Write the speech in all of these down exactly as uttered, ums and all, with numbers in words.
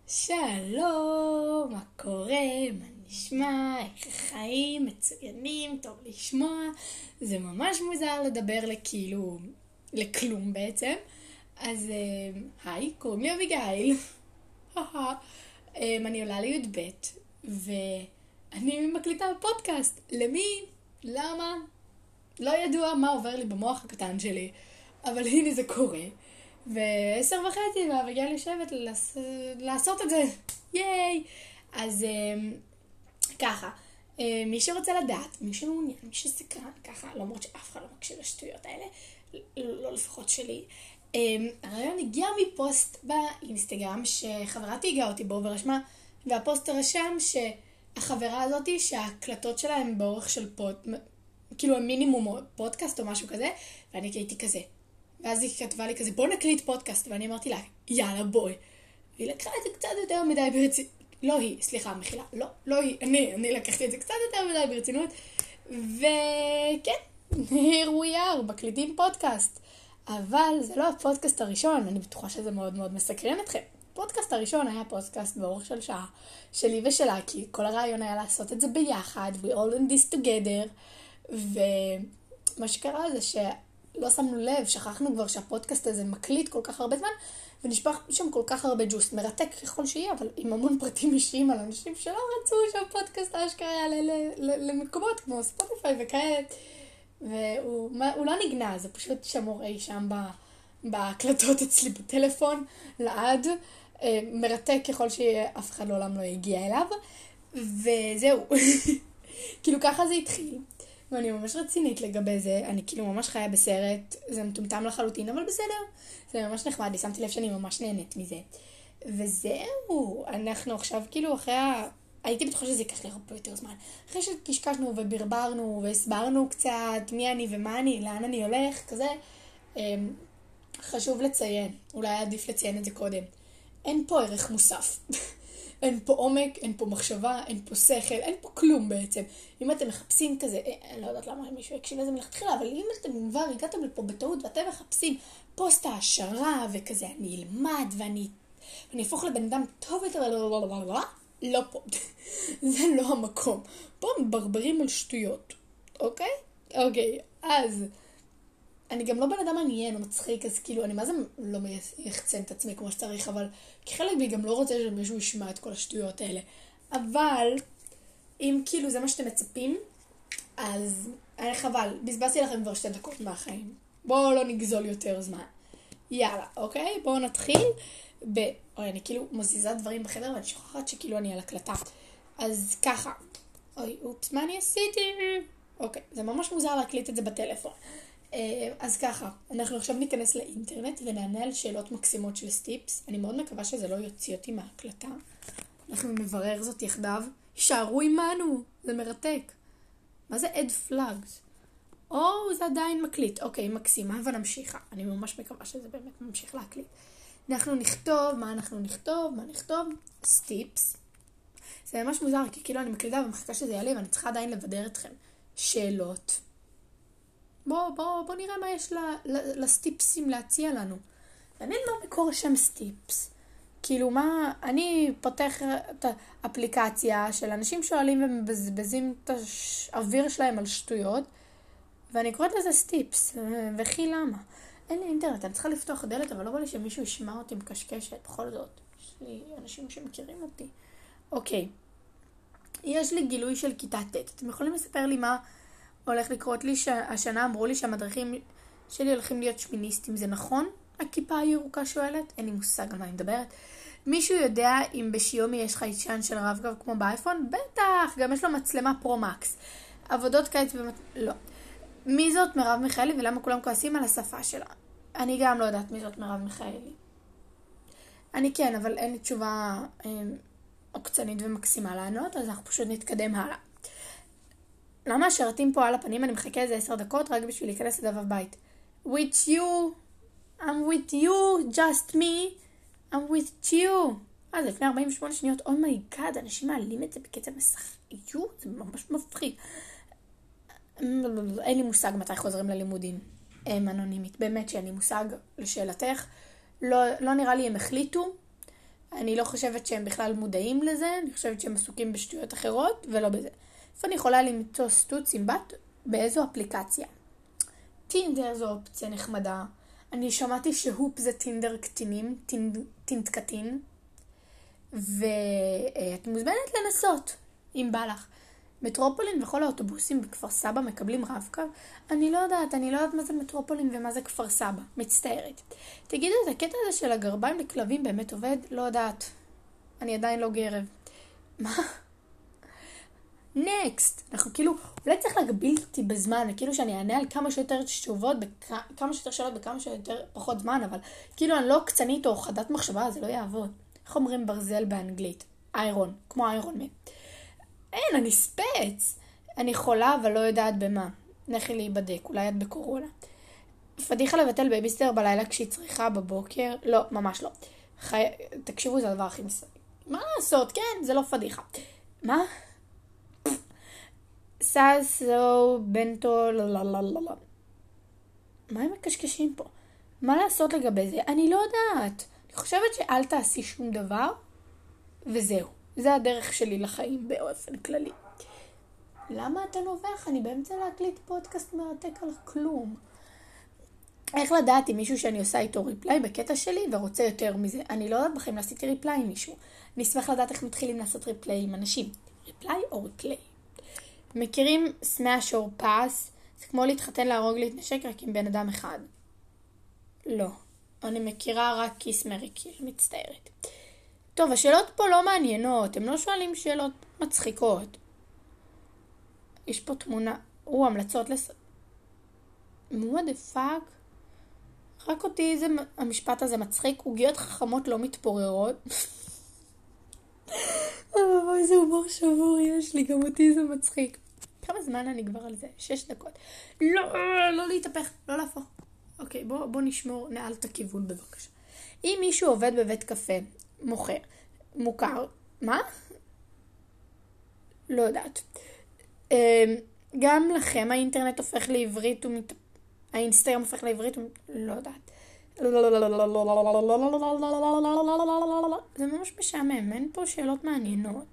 שלום, מה קורה? מה נשמע? איך החיים? מצוינים, טוב לשמוע. זה ממש מוזר לדבר לכאילו, לכלום בעצם. אז היי, קוראים לי אביגיל. אני עולה לי"ב, ואני מקליטה פודקאסט. למי? למה? לא ידוע מה עובר לי במוח הקטן שלי, אבל הנה זה קורה. ועשר וחצי, ואביגיל יושבת לס... לעשות את זה. ייי! אז ככה, מי שרוצה לדעת, מי שמעוניין, מי שסקרן, ככה, למרות שאף אחד לא מקשיב לשטויות האלה, לא לפחות שלי. הרעיון הגיע מפוסט באינסטגרם שחברה תיגעה אותי בו ורשמה, והפוסט רשם שהחברה הזאת שההקלטות שלה הן באורך של פוד, כאילו המינימום פודקאסט או משהו כזה, ואני הייתי כזה. ואז היא כתבה לי כזה, בוא נקליט פודקאסט, ואני אמרתי לה, יאללה בואי. והיא לקחה את זה קצת יותר מדי ברצינות, לא היא, סליחה, מחילה, לא, לא היא, אני, אני לקחתי את זה קצת יותר מדי ברצינות, וכן, here we are, מקליטים פודקאסט. אבל זה לא הפודקאסט הראשון, אני בטוחה שזה מאוד מאוד מסקרן אתכם. הפודקאסט הראשון היה פודקאסט באורך של שעה, שלי ושלה, כי כל הרעיון היה לעשות את זה ביחד, we all in this together, ומה שקרה זה שלא שמנו לב, שכחנו כבר שהפודקאסט הזה מקליט כל כך הרבה זמן, ונשפך שם כל כך הרבה ג'וס, מרתק ככל שיהיה, אבל עם המון פרטים אישיים על אנשים שלא רצו שהפודקאסט האשכרה יעלה למקומות כמו ספוטיפיי וכאלה, והוא לא נגנע, זה פשוט שמור אי שם בהקלטות אצלי בטלפון, לעד, מרתק ככל שאף אחד לעולם לא הגיע אליו, וזהו. כאילו ככה זה התחיל, ואני ממש רצינית לגבי זה, אני כאילו ממש חיה בסרט, זה מטומטם לחלוטין, אבל בסדר, זה ממש נחמד, לי שמתי לב שאני ממש נהנית מזה. וזהו, אנחנו עכשיו כאילו אחרי ה... הייתי בטוחה שזה ייקח לי הרבה יותר זמן. אחרי שקשקשנו וברברנו והסברנו קצת מי אני ומה אני, לאן אני הולך, כזה, חשוב לציין, אולי עדיף לציין את זה קודם. אין פה ערך מוסף. אין פה עומק, אין פה מחשבה, אין פה שכל, אין פה כלום בעצם. אם אתם מחפשים כזה, אני לא יודעת למה מישהו יקשיב לזה מלכתחילה, אבל אם אתם כבר הגעתם לפה בטעות ואתם מחפשים פוסט העשרה וכזה, אני אלמד ואני, ואני אהפוך לבן אדם טוב יותר, לא פה. זה לא המקום. פה מברברים על שטויות. אוקיי? אוקיי. אז אני גם לא בן אדם מעניין או מצחיק, אז כאילו, אני מה זה לא יחצן את עצמי כמו שצריך, אבל כחלק בי גם לא רוצה שמישהו ישמע את כל השטויות האלה. אבל, אם כאילו זה מה שאתם מצפים, אז אני חבל, בזבזתי לכם כבר שתי דקות מהחיים. בואו לא נגזול יותר זמן. יאללה, אוקיי? בואו נתחיל ב... אוי, אני כאילו מזיזה דברים בחדר ואני שוכחת שכאילו אני על הקלטה. אז ככה. אוי, אופס, מה אני עשיתי? אוקיי, זה ממש מוזר להקליט את זה בטלפון. אז ככה, אנחנו עכשיו ניכנס לאינטרנט ונענה על שאלות מקסימות של סטיפס. אני מאוד מקווה שזה לא יוציא אותי מההקלטה. אנחנו נברר זאת יחדיו. שערו עמנו, זה מרתק. מה זה add flags? או זה עדיין מקליט. אוקיי, מקסימה ונמשיכה. אני ממש מקווה שזה באמת ממשיך להקליט. אנחנו נכתוב, מה אנחנו נכתוב, מה נכתוב? סטיפס. זה ממש מוזר, כי כאילו אני מקליטה ומחכה שזה יעלה, ואני צריכה עדיין לבדר אתכם. שאלות. בוא, בוא, בוא נראה מה יש ל, ל, לסטיפסים להציע לנו. מעניין מה מקור השם סטיפס. כאילו מה, אני פותח את האפליקציה של אנשים שואלים ומבזבזים את האוויר שלהם על שטויות, ואני קוראת לזה סטיפס, וכי למה? אין לי אינטרנט, אני צריכה לפתוח דלת, אבל לא בא לי שמישהו ישמע אותי מקשקשת, בכל זאת. יש לי אנשים שמכירים אותי. אוקיי. יש לי גילוי של כיתה ט'. אתם יכולים לספר לי מה הולך לקרות לי שהשנה אמרו לי שהמדריכים שלי הולכים להיות שמיניסטים. זה נכון? הכיפה הירוקה שואלת? אין לי מושג על מה אני מדברת. מישהו יודע אם בשיומי יש חיישן של רב-גב כמו באייפון? בטח! גם יש לו מצלמה פרו-מקס. עבודות קיץ ומת... לא. מי זאת מרב מיכאלי ולמה כולם כועסים על השפה שלה? אני גם לא יודעת מי זאת מרב מיכאלי. אני כן, אבל אין לי תשובה עוקצנית ומקסימה לענות, אז אנחנו פשוט נתקדם הלאה. למה השרתים פה על הפנים? אני מחכה איזה עשר דקות רק בשביל להיכנס לדף הבית. With you, I'm with you, just me, I'm with you. אה, זה לפני ארבעים ושמונה שניות. Oh my god, אנשים מעלים את זה בקצב מסחיות, זה ממש מפחיד. אין לי מושג מתי חוזרים ללימודים. הם אנונימית, באמת שאין לי מושג לשאלתך. לא, לא נראה לי הם החליטו, אני לא חושבת שהם בכלל מודעים לזה, אני חושבת שהם עסוקים בשטויות אחרות, ולא בזה. איפה אני יכולה למצוא סטוץ עם בת? באיזו אפליקציה? טינדר זו אופציה נחמדה. אני שמעתי שהופ זה טינדר קטינים, טינד קטין, ואת מוזמנת לנסות, אם בא לך. מטרופולין וכל האוטובוסים בכפר סבא מקבלים רב-קו? אני לא יודעת, אני לא יודעת מה זה מטרופולין ומה זה כפר סבא. מצטערת. תגידו, את הקטע הזה של הגרביים לכלבים באמת עובד? לא יודעת. אני עדיין לא גרב. מה? נקסט. אנחנו כאילו, אולי צריך להגביל אותי בזמן, כאילו שאני אענה על כמה שיותר תשובות, בכ... כמה שיותר שאלות בכמה שיותר פחות זמן, אבל כאילו אני לא קצנית או חדת מחשבה, זה לא יעבוד. איך אומרים ברזל באנגלית? איירון, כמו איירון מן. אין, אני ספץ. אני חולה, אבל לא יודעת במה. לכי להיבדק, אולי את בקורונה. פדיחה לבטל בייביסטר בלילה כשהיא צריכה בבוקר? לא, ממש לא. חי... תקשיבו, זה הדבר הכי מסוים. מה לעשות? כן, זה לא פדיחה. מה? סאסו, בנטו, לללללל. מה הם מקשקשים פה? מה לעשות לגבי זה? אני לא יודעת. אני חושבת שאל תעשי שום דבר, וזהו. זה הדרך שלי לחיים באופן כללי. למה אתה נובח? אני באמצע להקליט פודקאסט מרתק על כלום. איך לדעת אם מישהו שאני עושה איתו ריפליי בקטע שלי ורוצה יותר מזה? אני לא יודעת בכם לעשיתי ריפליי עם מישהו. אני אשמח לדעת איך מתחילים לעשות ריפליי עם אנשים. ריפליי או ריפליי? מכירים סמאש או פאס? זה כמו להתחתן, להרוג, להתנשק רק עם בן אדם אחד. לא. אני מכירה רק כיס מריקיל, מצטערת. טוב, השאלות פה לא מעניינות, הם לא שואלים שאלות מצחיקות. יש פה תמונה, או המלצות לס... מה the fuck? רק אותי זה, המשפט הזה מצחיק, עוגיות חכמות לא מתפוררות. אבל איזה הומור שבור יש לי, גם אותי זה מצחיק. כמה זמן אני כבר על זה? שש דקות. לא, לא להתהפך, לא להפוך. אוקיי, בוא, בוא נשמור, נעל את הכיוון בבקשה. אם מישהו עובד בבית קפה, מוכר, מוכר, מה? לא יודעת. גם לכם האינטרנט הופך לעברית, האינסטגרם הופך לעברית, לא יודעת. זה ממש משעמם, אין פה שאלות מעניינות.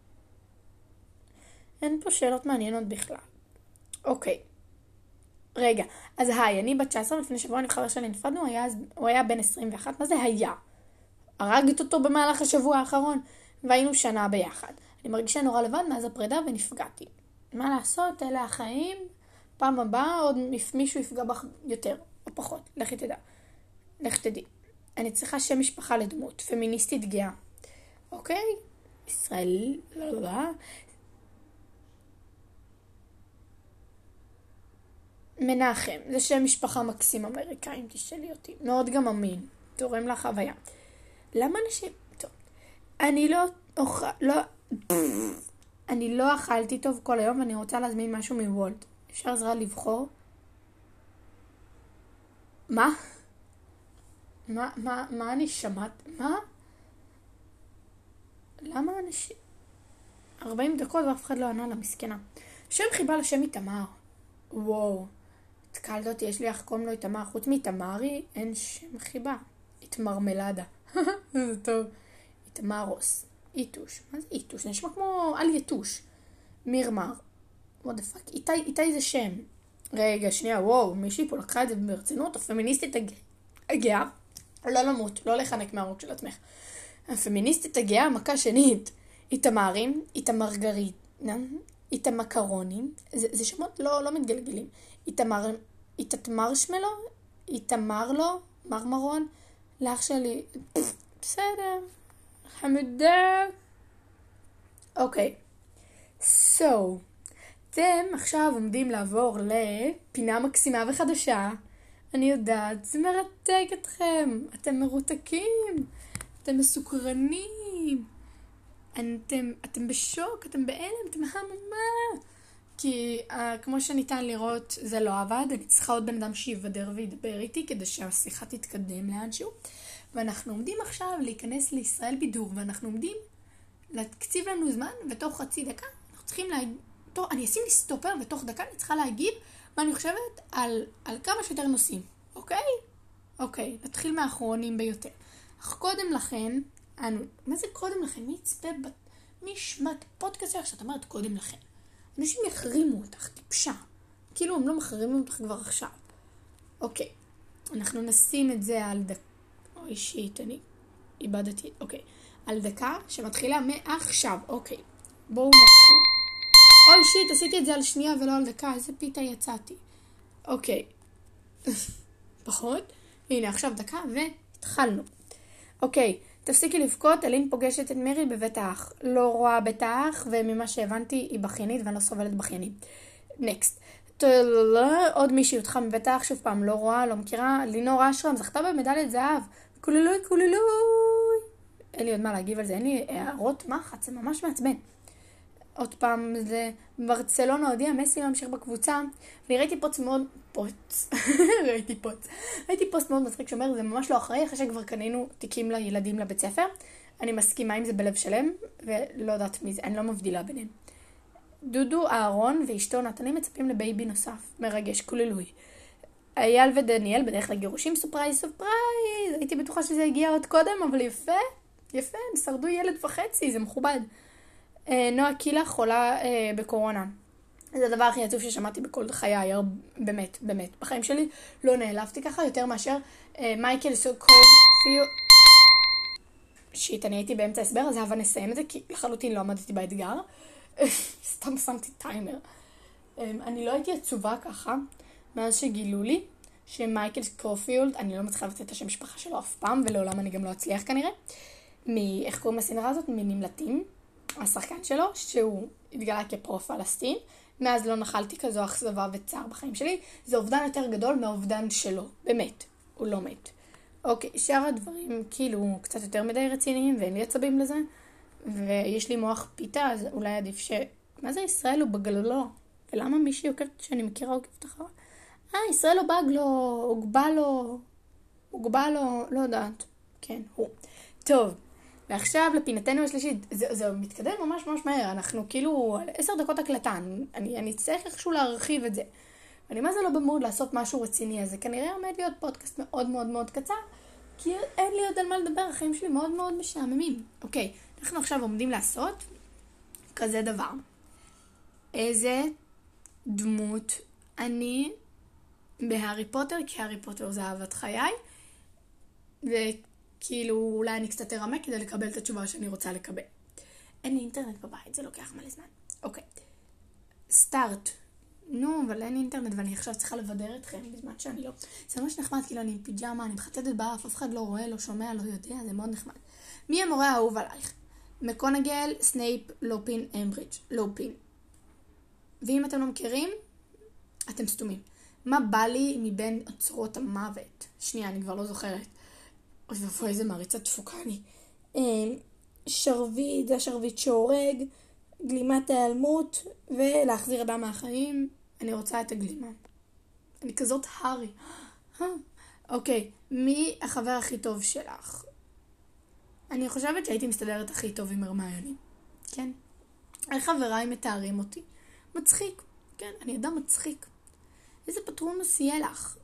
אין פה שאלות מעניינות בכלל. אוקיי. רגע, אז היי, אני בת תשע עשרה, לפני שבוע אני חבר שלי נפרדנו, הוא היה, הוא היה בן עשרים ואחת, מה זה היה? הרגת אותו במהלך השבוע האחרון, והיינו שנה ביחד. אני מרגישה נורא לבד מאז הפרידה ונפגעתי. מה לעשות? אלה החיים. פעם הבאה עוד מישהו יפגע בך יותר, או פחות. לכי תדע. לך תדעי. אני צריכה שם משפחה לדמות, פמיניסטית גאה. אוקיי? ישראל, לא לא לא. מנחם, זה שם משפחה מקסים אמריקאים, תשאלי אותי. מאוד גם אמין. תורם לך חוויה. למה אנשים... טוב. אני לא אוכל... לא... אני לא אכלתי טוב כל היום ואני רוצה להזמין משהו מוולט. אפשר עזרה לבחור? מה? מה, מה, מה אני שמעת? מה? למה אנשים... ארבעים דקות ואף אחד לא ענה לה, מסכנה. שם חיבה לשם איתמר. וואו. התקלת אותי, יש לי אח קוראים לו איתמר. חוץ מאיתמרי, אין שם חיבה. איתמרמלדה. זה טוב. איתמרוס. איתוש. מה זה איתוש? זה נשמע כמו על יתוש. מירמר. what the fuck? איתי, איתי זה שם. רגע, שנייה, וואו, מישהי פה לקחה את זה ברצינות. הפמיניסטית הגאה. לא למות, לא לחנק מהרוק של עצמך. הפמיניסטית הגאה, מכה שנית. איתמרים, איתמרגרית. איתמקרונים. זה, זה שמות לא, לא מתגלגלים. איתמר, איתתמרשמלו. איתמר לו. מרמרון. לאח שלי. בסדר. חמודה. אוקיי. So, אתם עכשיו עומדים לעבור לפינה מקסימה וחדשה. אני יודעת, זה מרתק אתכם. אתם מרותקים. אתם מסוקרנים. אתם, אתם בשוק, אתם בהלם, אתם המומה. כי uh, כמו שניתן לראות, זה לא עבד. אני צריכה עוד בן אדם שיבדר וידבר איתי כדי שהשיחה תתקדם לאנשהו. ואנחנו עומדים עכשיו להיכנס לישראל בידור, ואנחנו עומדים להקציב לנו זמן, ותוך חצי דקה אנחנו צריכים להגיד, תוך, אני אשים לי סטופר, ותוך דקה אני צריכה להגיד מה אני חושבת על, על כמה שיותר נושאים, אוקיי? אוקיי, נתחיל מהאחרונים ביותר. אך קודם לכן, אנו, מה זה קודם לכן? מי יצפה, מי ישמע את הפודקאסט שלך שאת אומרת קודם לכן? אנשים יחרימו אותך, טיפשה. כאילו הם לא מחרימים אותך כבר עכשיו. אוקיי, אנחנו נשים את זה על דקה. אוי שיט, אני איבדתי. אוקיי, על דקה שמתחילה מעכשיו. אוקיי, בואו נתחיל. אוי שיט, עשיתי את זה על שנייה ולא על דקה. איזה פיתה יצאתי. אוקיי. פחות. הנה, עכשיו דקה והתחלנו. אוקיי, תפסיקי לבכות, אלין פוגשת את מירי בבית האח. לא רואה בית האח, וממה שהבנתי היא בכיינית ואני לא סובלת בכיינים. נקסט. עוד מישהי אותך מבית האח, שוב פעם, לא רואה, לא מכירה. לינור אשרם, זכתה במדליית זהב. קולולוי, קולולוי. אין לי עוד מה להגיב על זה, אין לי הערות מחץ, זה ממש מעצבן. עוד פעם, זה ברצלונה הודיע, מסי ממשיך בקבוצה. אני ראיתי פוסט מאוד, פוסט, ראיתי פוסט, ראיתי פוסט מאוד מצחיק שאומר, זה ממש לא אחראי, אחרי שכבר קנינו תיקים לילדים לבית ספר. אני מסכימה עם זה בלב שלם, ולא יודעת מי זה, אני לא מבדילה ביניהם. דודו, אהרון ואשתו נתנים מצפים לבייבי נוסף, מרגש, כוללוי. אייל ודניאל בדרך לגירושים, סופרייז, סופרייז. הייתי בטוחה שזה הגיע עוד קודם, אבל יפה, יפה, הם שרדו ילד וחצי, זה מכובד. נועה קילה חולה אה, בקורונה. זה הדבר הכי עצוב ששמעתי בכל חיי, באמת, באמת. בחיים שלי לא נעלבתי ככה יותר מאשר אה, מייקל סוקופיו. שיט, אני הייתי באמצע הסבר, אז הבה נסיים את זה, כי לחלוטין לא עמדתי באתגר. סתם שמתי טיימר. אה, אני לא הייתי עצובה ככה, מאז שגילו לי שמייקל סקופילד, אני לא מצליחה לתת את השם משפחה שלו אף פעם, ולעולם אני גם לא אצליח כנראה. מ... איך קוראים לסדרה הזאת? מנמלטים. השחקן שלו, שהוא התגלה כפרו פלסטין. מאז לא נחלתי כזו אכזבה וצער בחיים שלי. זה אובדן יותר גדול מהאובדן שלו. באמת, הוא לא מת. אוקיי, שאר הדברים כאילו קצת יותר מדי רציניים, ואין לי עצבים לזה. ויש לי מוח פיתה, אז אולי עדיף ש... מה זה ישראל הוא בגלולו? ולמה מישהי עוקבת שאני מכירה עוקבת אחריו? אה, ישראל הוא בגלו, הוגבה לו, הוגבה לו, לא יודעת. כן, הוא. טוב. ועכשיו לפינתנו השלישית, זה, זה מתקדם ממש ממש מהר, אנחנו כאילו על עשר דקות הקלטה, אני, אני צריך איכשהו להרחיב את זה. ואני מה זה לא במוד לעשות משהו רציני, אז זה כנראה עומד להיות פודקאסט מאוד מאוד מאוד קצר, כי אין לי עוד על מה לדבר, החיים שלי מאוד מאוד משעממים. אוקיי, אנחנו עכשיו עומדים לעשות כזה דבר. איזה דמות אני בהארי פוטר, כי הארי פוטר זה אהבת חיי, ו... כאילו, אולי אני קצת הרמה כדי לקבל את התשובה שאני רוצה לקבל. אין לי אינטרנט בבית, זה לוקח מלא זמן. אוקיי. סטארט. נו, אבל אין לי אינטרנט, ואני עכשיו צריכה לבדר אתכם בזמן שאני לא... זה ממש נחמד, כאילו אני עם פיג'מה, אני מחטטת באף, אף אחד לא רואה, לא שומע, לא יודע, זה מאוד נחמד. מי המורה האהוב עלייך? מקונגל, סנייפ, לופין, אמברידג'. לופין. ואם אתם לא מכירים, אתם סתומים. מה בא לי מבין אוצרות המוות? שנייה, אני כבר לא זוכרת. אוי ואיפה איזה מעריצה תפוקה אני. שרביט, זה השרביט שהורג, גלימת ההיעלמות, ולהחזיר אדם מהחיים. אני רוצה את הגלימה. אני כזאת הארי. אוקיי, מי החבר הכי טוב שלך? אני חושבת שהייתי מסתדרת הכי טוב עם הרמיוני. כן. איך חבריי מתארים אותי? מצחיק. כן, אני אדם מצחיק. איזה פטרונוס יהיה לך?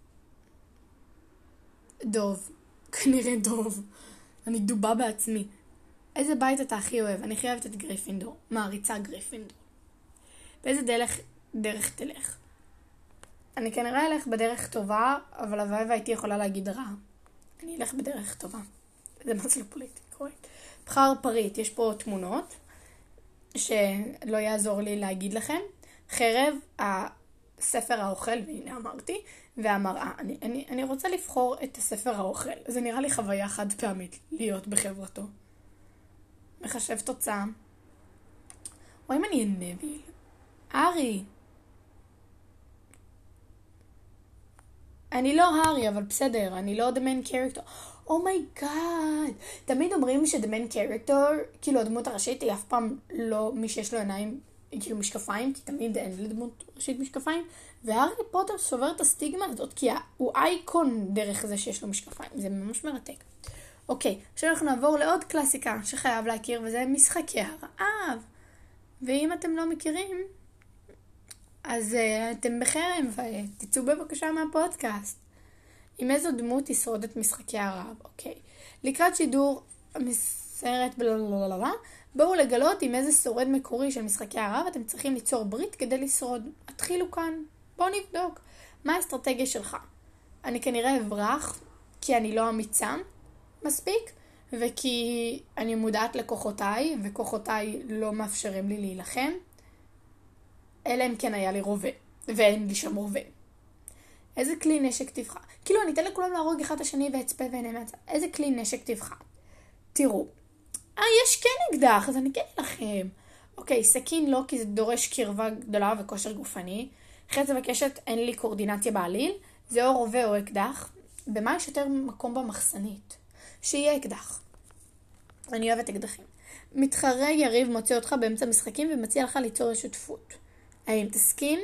דוב. כנראה דוב. אני דובה בעצמי. איזה בית אתה הכי אוהב? אני הכי אוהבת את גריפינדור. מעריצה גריפינדור. באיזה דרך, דרך תלך? אני כנראה אלך בדרך טובה, אבל הוואי והייתי יכולה להגיד רע. אני אלך בדרך טובה. זה מה זה לא פוליטי, קורית. בחר פריט, יש פה תמונות, שלא יעזור לי להגיד לכם. חרב, הספר האוכל, והנה אמרתי, והמראה. אני, אני, אני רוצה לבחור את הספר האוכל. זה נראה לי חוויה חד פעמית, להיות בחברתו. מחשב תוצאה. או אם אני אהיה נביל. הארי. אני לא הארי, אבל בסדר. אני לא the main character. אומייגאד. תמיד אומרים ש the main character, כאילו הדמות הראשית היא אף פעם לא מי שיש לו עיניים, כאילו משקפיים, כי תמיד אין לדמות ראשית משקפיים. והארי פוטר שובר את הסטיגמה הזאת, כי הוא אייקון דרך זה שיש לו משקפיים. זה ממש מרתק. אוקיי, עכשיו אנחנו נעבור לעוד קלאסיקה שחייב להכיר, וזה משחקי הרעב. ואם אתם לא מכירים, אז uh, אתם בחרם, ותצאו בבקשה מהפודקאסט. עם איזו דמות תשרוד את משחקי הרעב? אוקיי. לקראת שידור, המס... סרט, בלללללה, בואו לגלות עם איזה שורד מקורי של משחקי הרב אתם צריכים ליצור ברית כדי לשרוד. התחילו כאן, בואו נבדוק. מה האסטרטגיה שלך? אני כנראה אברח, כי אני לא אמיצה מספיק, וכי אני מודעת לכוחותיי, וכוחותיי לא מאפשרים לי להילחם, אלא אם כן היה לי רובה, ואין לי שם רובה. איזה כלי נשק תבחר? כאילו, אני אתן לכולם להרוג אחד השני ואצפה ועיני מהצד. איזה כלי נשק תבחר? תראו. אה, יש כן אקדח, אז אני כן אלחם. אוקיי, סכין לא, כי זה דורש קרבה גדולה וכושר גופני. חץ וקשת, אין לי קורדינציה בעליל. זה או רובה או אקדח. במה יש יותר מקום במחסנית? שיהיה אקדח. אני אוהבת אקדחים. מתחרה יריב מוציא אותך באמצע משחקים ומציע לך ליצור שותפות. האם תסכים?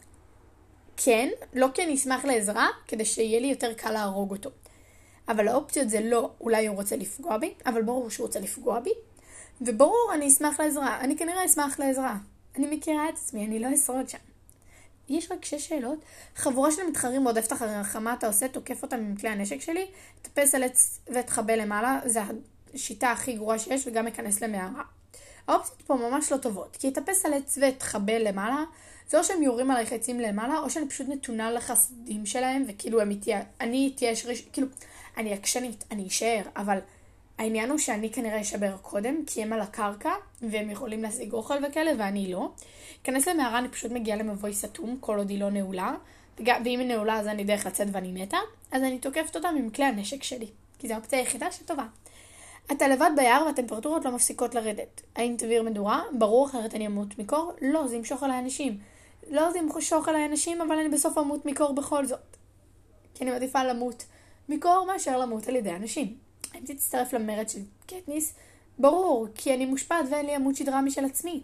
כן, לא כי אני אשמח לעזרה, כדי שיהיה לי יותר קל להרוג אותו. אבל האופציות זה לא, אולי הוא רוצה לפגוע בי, אבל ברור שהוא רוצה לפגוע בי, וברור אני אשמח לעזרה, אני כנראה אשמח לעזרה. אני מכירה את עצמי, אני לא אשרוד שם. יש רק שש שאלות. חבורה של מתחרים רודפת אחריך, מה אתה עושה? תוקף אותם עם כלי הנשק שלי, תפס על עץ ותחבל למעלה, זה השיטה הכי גרועה שיש, וגם יכנס למערה. האופציות פה ממש לא טובות, כי תפס על עץ ותחבל למעלה, זה או שהם יורים עליי חצים למעלה, או שאני פשוט נתונה לחסדים שלהם, וכאילו הם איתי, אני תהיה שריש, כאילו, אני עקשנית, אני אשאר, אבל העניין הוא שאני כנראה אשבר קודם, כי הם על הקרקע, והם יכולים להשיג אוכל וכאלה, ואני לא. כנס למערה, אני פשוט מגיעה למבוי סתום, כל עוד היא לא נעולה, ואם היא נעולה, אז אני דרך לצאת ואני מתה, אז אני תוקפת אותם עם כלי הנשק שלי, כי זו האופציה היחידה שטובה. אתה לבד ביער והטמפרטורות לא מפסיקות לרדת. האם תבעיר מדורה? ברור, אחרת אני אמות מקור? לא, זה ימשוך עליי אנשים. לא, זה ימשוך עליי אנשים, אבל אני בסוף אמות מקור בכל זאת. כי אני מעדיפה למות מקור מאשר למות על ידי אנשים. האם תצטרף למרד של קטניס? ברור, כי אני מושפעת ואין לי עמוד שדרה משל עצמי.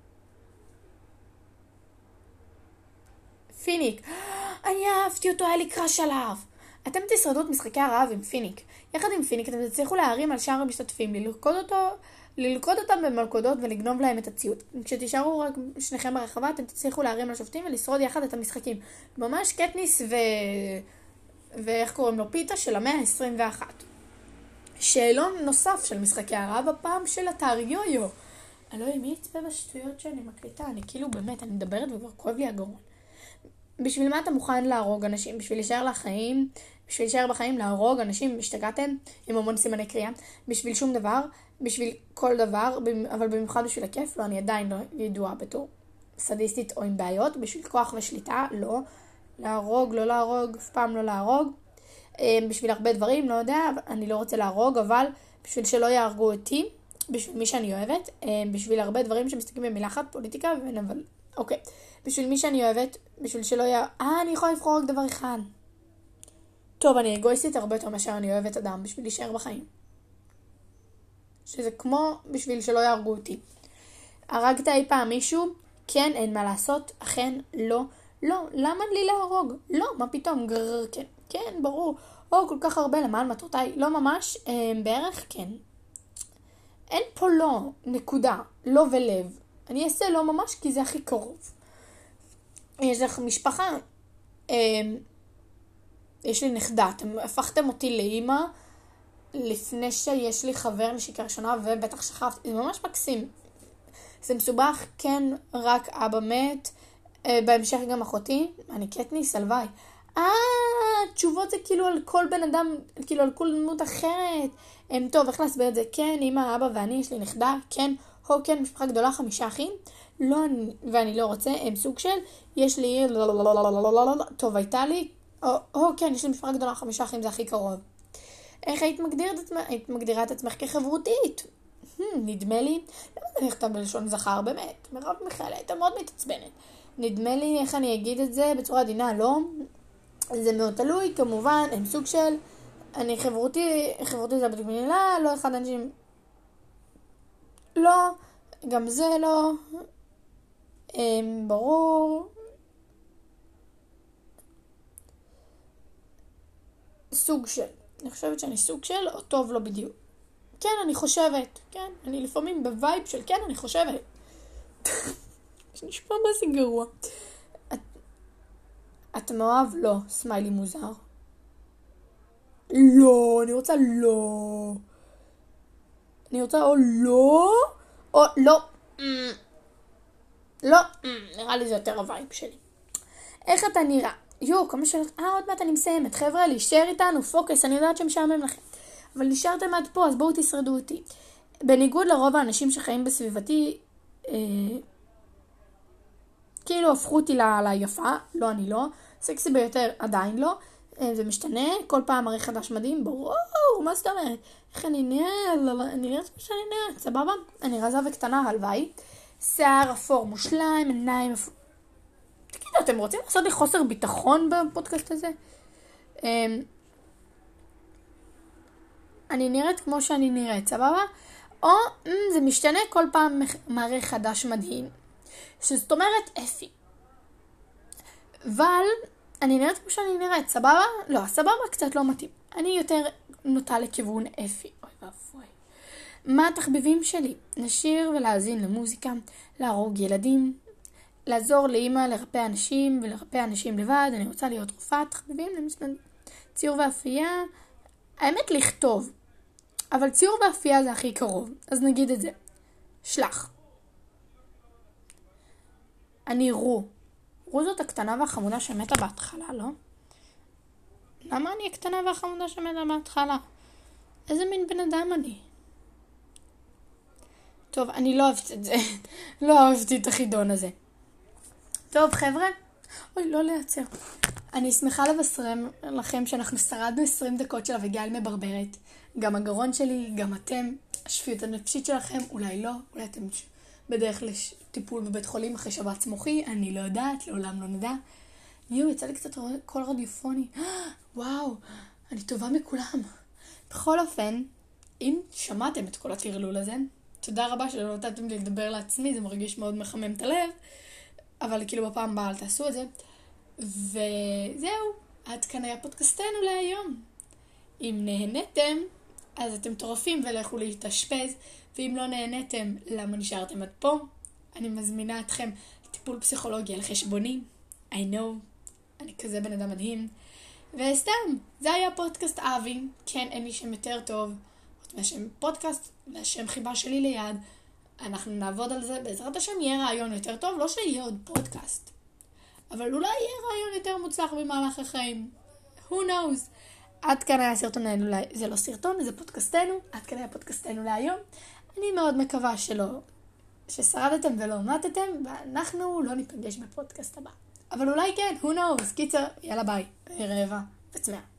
פיניק. אני אהבתי אותו, היה לי קרש עליו. אתם תשרדו את משחקי הרעב עם פיניק. יחד עם פיניק אתם תצליחו להרים על שאר המשתתפים, ללכוד אותו, ללכוד אותם במלכודות ולגנוב להם את הציוד. כשתישארו רק שניכם ברחבה, אתם תצליחו להרים על השופטים ולשרוד יחד את המשחקים. ממש קטניס ו... ואיך קוראים לו? פיתה של המאה ה-עשרים ואחת. שאלון נוסף של משחקי הרעב, הפעם של אתר יו-יו. אני לא יודע מי יצפה בשטויות שאני מקליטה, אני כאילו באמת, אני מדברת וכבר כואב לי הגרון. בשביל מה אתה מוכן להרוג אנשים? בשביל להישאר לחיים, בשביל להישאר בחיים, להרוג אנשים, השתגעתם עם המון סימני קריאה, בשביל שום דבר, בשביל כל דבר, אבל במיוחד בשביל הכיף, לא, אני עדיין לא ידועה בתור סדיסטית או עם בעיות, בשביל כוח ושליטה, לא, להרוג, לא להרוג, אף פעם לא להרוג, בשביל הרבה דברים, לא יודע, אני לא רוצה להרוג, אבל בשביל שלא יהרגו אותי, בשביל מי שאני אוהבת, בשביל הרבה דברים שמסתכלים במילה אחת, פוליטיקה, אבל אוקיי, בשביל מי שאני אוהבת, בשביל שלא יהיה, אה, אני יכולה לבחור רק דבר אחד. טוב, אני אגואיסטית הרבה יותר מאשר אני אוהבת אדם, בשביל להישאר בחיים. שזה כמו בשביל שלא יהרגו אותי. הרגת אי פעם מישהו? כן, אין מה לעשות, אכן, לא. לא, למה לי להרוג? לא, מה פתאום? גרר, כן. כן, ברור. או, כל כך הרבה למען מטרותיי. לא ממש, אה, בערך, כן. אין פה לא, נקודה, לא ולב. אני אעשה לא ממש כי זה הכי קרוב. יש לך משפחה, אה, יש לי נכדה, אתם הפכתם אותי לאמא לפני שיש לי חבר נשיקה ראשונה ובטח שכבתי, זה ממש מקסים. זה מסובך, כן, רק אבא מת, אה, בהמשך גם אחותי, אני קטניס, הלוואי. אה, תשובות זה כאילו על כל בן אדם, כאילו על כל דמות אחרת. הם, טוב, איך להסביר את זה? כן, אמא, אבא ואני, יש לי נכדה, כן, הו, כן, משפחה גדולה, חמישה אחים. לא, ואני לא רוצה, הם סוג של, יש לי, טוב, הייתה לי, או, כן, יש לי משפחה גדולה, חמישה אחים, זה הכי קרוב. איך היית מגדירה את עצמך? היית מגדירה את עצמך כחברותית? נדמה לי, למה זה נכתב בלשון זכר, באמת? מרב מיכאל, הייתה מאוד מתעצבנת. נדמה לי, איך אני אגיד את זה בצורה עדינה, לא? זה מאוד תלוי, כמובן, הם סוג של, אני חברותי, חברותי זה בדיוק מילה, לא אחד אנשים, לא, גם זה לא, הם, ברור, סוג של, אני חושבת שאני סוג של, או טוב לא בדיוק. כן, אני חושבת, כן, אני לפעמים בווייב של כן, אני חושבת. נשמע מה זה גרוע. את, את מאוהב? לא, סמיילי מוזר. לא, אני רוצה לא. אני רוצה או לא, או לא. לא, נראה לי זה יותר הווייב שלי. איך אתה נראה? יו, כמה שאלות, אה, עוד מעט אני מסיימת. חבר'ה, להישאר איתנו, פוקס, אני יודעת שמשעמם לכם. אבל נשארתם עד פה, אז בואו תשרדו אותי. בניגוד לרוב האנשים שחיים בסביבתי, אה, כאילו הפכו אותי ליפה, לא, אני לא. סקסי ביותר, עדיין לא. אה, זה משתנה, כל פעם מראה חדש מדהים, ברור, מה זאת אומרת? איך אני נראה? אני נראית כמו שאני נראית, סבבה? אני רזה וקטנה, הלוואי. שיער אפור מושלם, עיניים אפור. תגידו, אתם רוצים לעשות לי חוסר ביטחון בפודקאסט הזה? אני נראית כמו שאני נראית, סבבה? או זה משתנה כל פעם מראה חדש מדהים. שזאת אומרת אפי. אבל אני נראית כמו שאני נראית, סבבה? לא, סבבה קצת לא מתאים. אני יותר נוטה לכיוון אפי. אוי ואבוי. מה התחביבים שלי? לשיר ולהאזין למוזיקה, להרוג ילדים, לעזור לאמא לרפא אנשים ולרפא אנשים לבד. אני רוצה להיות רופאה, תחביבים, ציור ואפייה. האמת לכתוב, אבל ציור ואפייה זה הכי קרוב, אז נגיד את זה. שלח. אני רו. רו זאת הקטנה והחמודה שמתה בהתחלה, לא? למה אני הקטנה והחמודה שמתה בהתחלה? איזה מין בן אדם אני? טוב, אני לא אוהבת את זה. לא אוהבתי את החידון הזה. טוב, חבר'ה. אוי, לא לייצר. אני שמחה לבשרם לכם שאנחנו שרדנו עשרים דקות של אביגיל מברברת. גם הגרון שלי, גם אתם. השפיות הנפשית שלכם, אולי לא. אולי אתם בדרך לטיפול בבית חולים אחרי שבץ מוחי. אני לא יודעת, לעולם לא נדע. יו, יצא לי קצת קול רדיופוני. וואו, אני טובה מכולם. בכל אופן, אם שמעתם את כל הטרלול הזה, תודה רבה שלא נתתם לי לדבר לעצמי, זה מרגיש מאוד מחמם את הלב, אבל כאילו בפעם הבאה אל תעשו את זה. וזהו, עד כאן היה פודקאסטנו להיום. אם נהניתם, אז אתם טורפים ולכו להתאשפז, ואם לא נהניתם, למה נשארתם עד פה? אני מזמינה אתכם לטיפול פסיכולוגי על חשבוני. I know, אני כזה בן אדם מדהים. וסתם, זה היה פודקאסט אבי. כן, אין לי שם יותר טוב. מהשם פודקאסט, והשם חיבה שלי ליד. אנחנו נעבוד על זה. בעזרת השם יהיה רעיון יותר טוב, לא שיהיה עוד פודקאסט. אבל אולי יהיה רעיון יותר מוצלח במהלך החיים. Who knows? עד כאן היה סרטוננו, זה לא סרטון, זה פודקאסטנו. עד כאן היה פודקאסטנו להיום. אני מאוד מקווה שלא, ששרדתם ולא מתתם, ואנחנו לא ניפגש בפודקאסט הבא. אבל אולי כן, who knows? קיצר, יאללה ביי. אני רעבה וצמאה.